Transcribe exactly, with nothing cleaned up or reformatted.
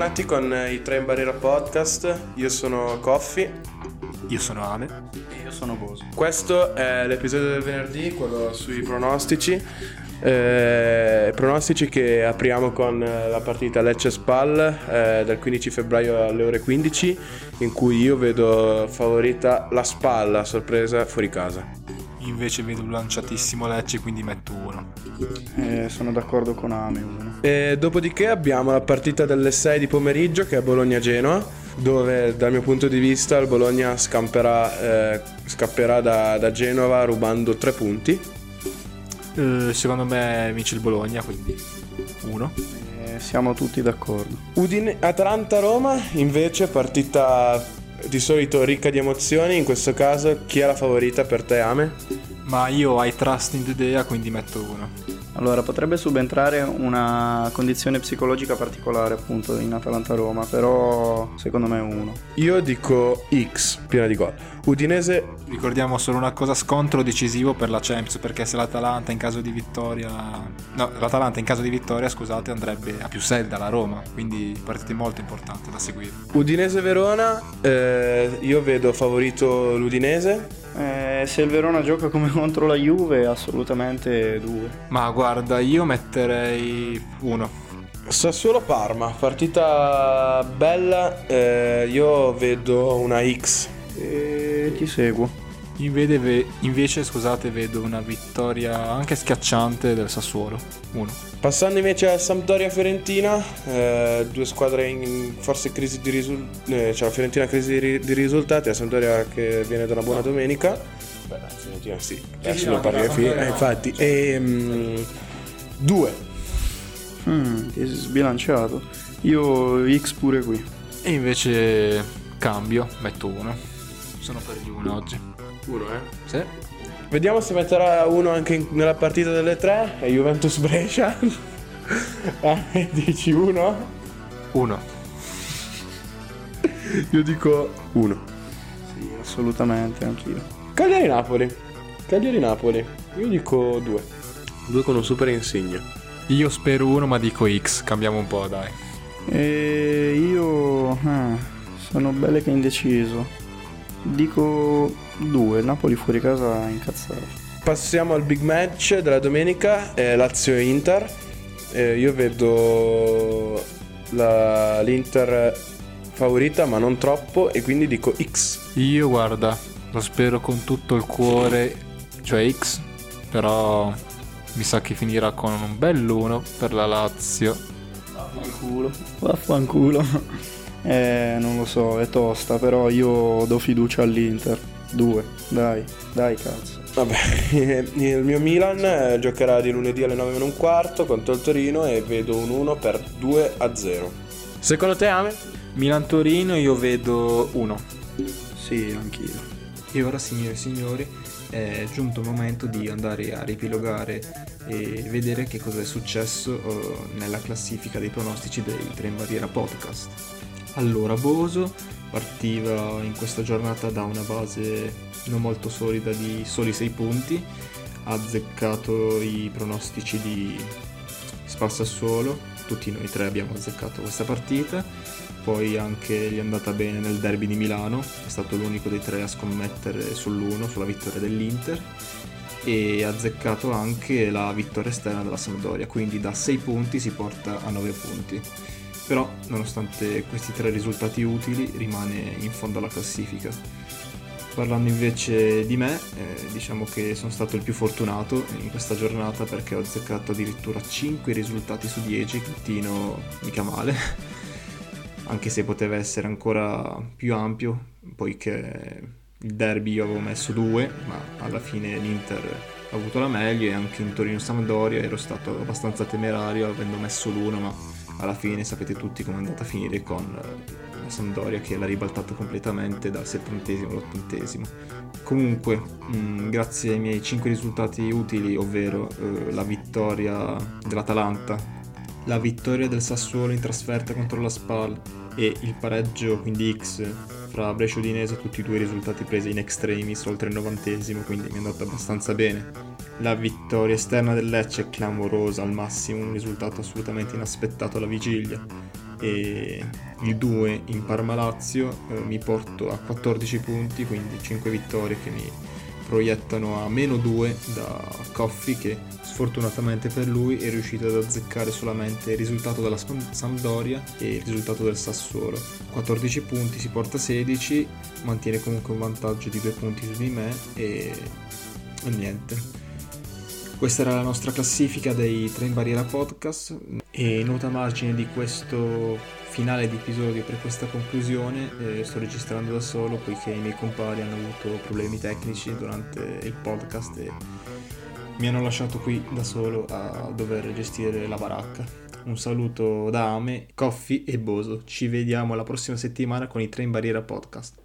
bentornati con i Tre in Barriera Podcast. Io sono Coffi. Io sono Ame. E io sono Boso. Questo è l'episodio del venerdì, quello sui pronostici. Eh, pronostici che apriamo con la partita Lecce-Spal eh, del quindici febbraio alle ore quindici, in cui io vedo favorita la Spal, a sorpresa, fuori casa. Invece vedo un lanciatissimo Lecce, quindi metto uno. Eh, sono d'accordo con Ame, uno. E dopodiché abbiamo la partita delle sei di pomeriggio, che è Bologna-Genoa, dove dal mio punto di vista il Bologna scamperà, eh, scapperà da, da Genova rubando tre punti. Uh, secondo me vince il Bologna, quindi uno. Eh, siamo tutti d'accordo. Udine Atalanta-Roma invece partita di solito ricca di emozioni. In questo caso chi è la favorita per te, Ame? Ma io I trust in the Dea, quindi metto uno. Allora, potrebbe subentrare una condizione psicologica particolare appunto in Atalanta-Roma, però secondo me è uno. Io dico X, piena di gol. Udinese. Ricordiamo solo una cosa: scontro decisivo per la Champions, perché se l'Atalanta in caso di vittoria no, l'Atalanta in caso di vittoria, scusate, andrebbe a più sei dalla Roma, quindi partite molto importanti da seguire. Udinese-Verona, eh, io vedo favorito l'Udinese. Eh, se il Verona gioca come contro la Juve, assolutamente due. Ma guarda, io metterei uno. Sassuolo-Parma, partita bella, eh, io vedo una X. E ti seguo. Invece, invece, scusate, vedo una vittoria anche schiacciante del Sassuolo, uno. Passando invece a Sampdoria-Fiorentina, eh, due squadre in forse crisi di risultati, eh, cioè la Fiorentina crisi di, di risultati, la Sampdoria che viene da una buona domenica. Beh, la Fiorentina sì, adesso lo parli alla fine, eh, infatti. E um, due. Mm, ti sei sbilanciato. Io X pure qui. E invece cambio, metto uno. Sono per gli uno oggi. Uno, eh? Sì. Vediamo se metterà uno anche in, nella partita delle tre. È Juventus-Brescia. Ah, dici uno? Uno. Io dico uno. Sì, assolutamente, anch'io. Cagliari-Napoli. Cagliari-Napoli. Io dico due. Due con un super Insigne. Io spero uno, ma dico X. Cambiamo un po', dai. E io eh, sono belle che indeciso. Dico due. Napoli fuori casa incazzato. Passiamo al big match della domenica, eh, Lazio-Inter. Eh, io vedo la, l'Inter favorita, ma non troppo, e quindi dico X. Io, guarda, lo spero con tutto il cuore, cioè X, però mi sa che finirà con un bell'uno per la Lazio. Vaffanculo. Vaffanculo. Eh, non lo so, è tosta, però io do fiducia all'Inter. Due, dai, dai cazzo. Vabbè, il mio Milan giocherà di lunedì alle nove meno un quarto contro il Torino e vedo un uno per due a zero. Secondo te, Ame? Milan-Torino io vedo uno. Sì, anch'io. E ora, signore e signori, è giunto il momento di andare a riepilogare e vedere che cosa è successo uh, nella classifica dei pronostici dei Tre in Barriera Podcast. Allora, Boso partiva in questa giornata da una base non molto solida di soli sei punti, ha azzeccato i pronostici di Spal Sassuolo, tutti noi tre abbiamo azzeccato questa partita, poi anche gli è andata bene nel derby di Milano, è stato l'unico dei tre a scommettere sull'uno, sulla vittoria dell'Inter, e ha azzeccato anche la vittoria esterna della Sampdoria, quindi da sei punti si porta a nove punti. Però, nonostante questi tre risultati utili, rimane in fondo alla classifica. Parlando invece di me, eh, diciamo che sono stato il più fortunato in questa giornata perché ho azzeccato addirittura cinque risultati su dieci, Tino mica male, anche se poteva essere ancora più ampio, poiché il derby io avevo messo due, ma alla fine l'Inter ha avuto la meglio, e anche in Torino-Sampdoria ero stato abbastanza temerario avendo messo l'uno, ma alla fine sapete tutti come è andata a finire con la Sampdoria che l'ha ribaltata completamente dal settantesimo all'ottantesimo. Comunque, mh, grazie ai miei cinque risultati utili, ovvero eh, la vittoria dell'Atalanta, la vittoria del Sassuolo in trasferta contro la Spal e il pareggio, quindi X, fra Brescia e Udinese, tutti e due risultati presi in extremis oltre il novantesimo, quindi mi è andata abbastanza bene. La vittoria esterna del Lecce è clamorosa al massimo, un risultato assolutamente inaspettato alla vigilia. e il due in Parma Lazio eh, mi porto a quattordici punti, quindi cinque vittorie che mi proiettano a meno due da Coffi, che sfortunatamente per lui è riuscito ad azzeccare solamente il risultato della Sampdoria e il risultato del Sassuolo. quattordici punti, si porta sedici, mantiene comunque un vantaggio di due punti su di me e, e niente. Questa era la nostra classifica dei Tre in Barriera Podcast, e nota a margine di questo finale di episodio per questa conclusione, eh, sto registrando da solo poiché i miei compari hanno avuto problemi tecnici durante il podcast e mi hanno lasciato qui da solo a dover gestire la baracca. Un saluto da Ame, Coffi e Boso. Ci vediamo la prossima settimana con i Tre in Barriera Podcast.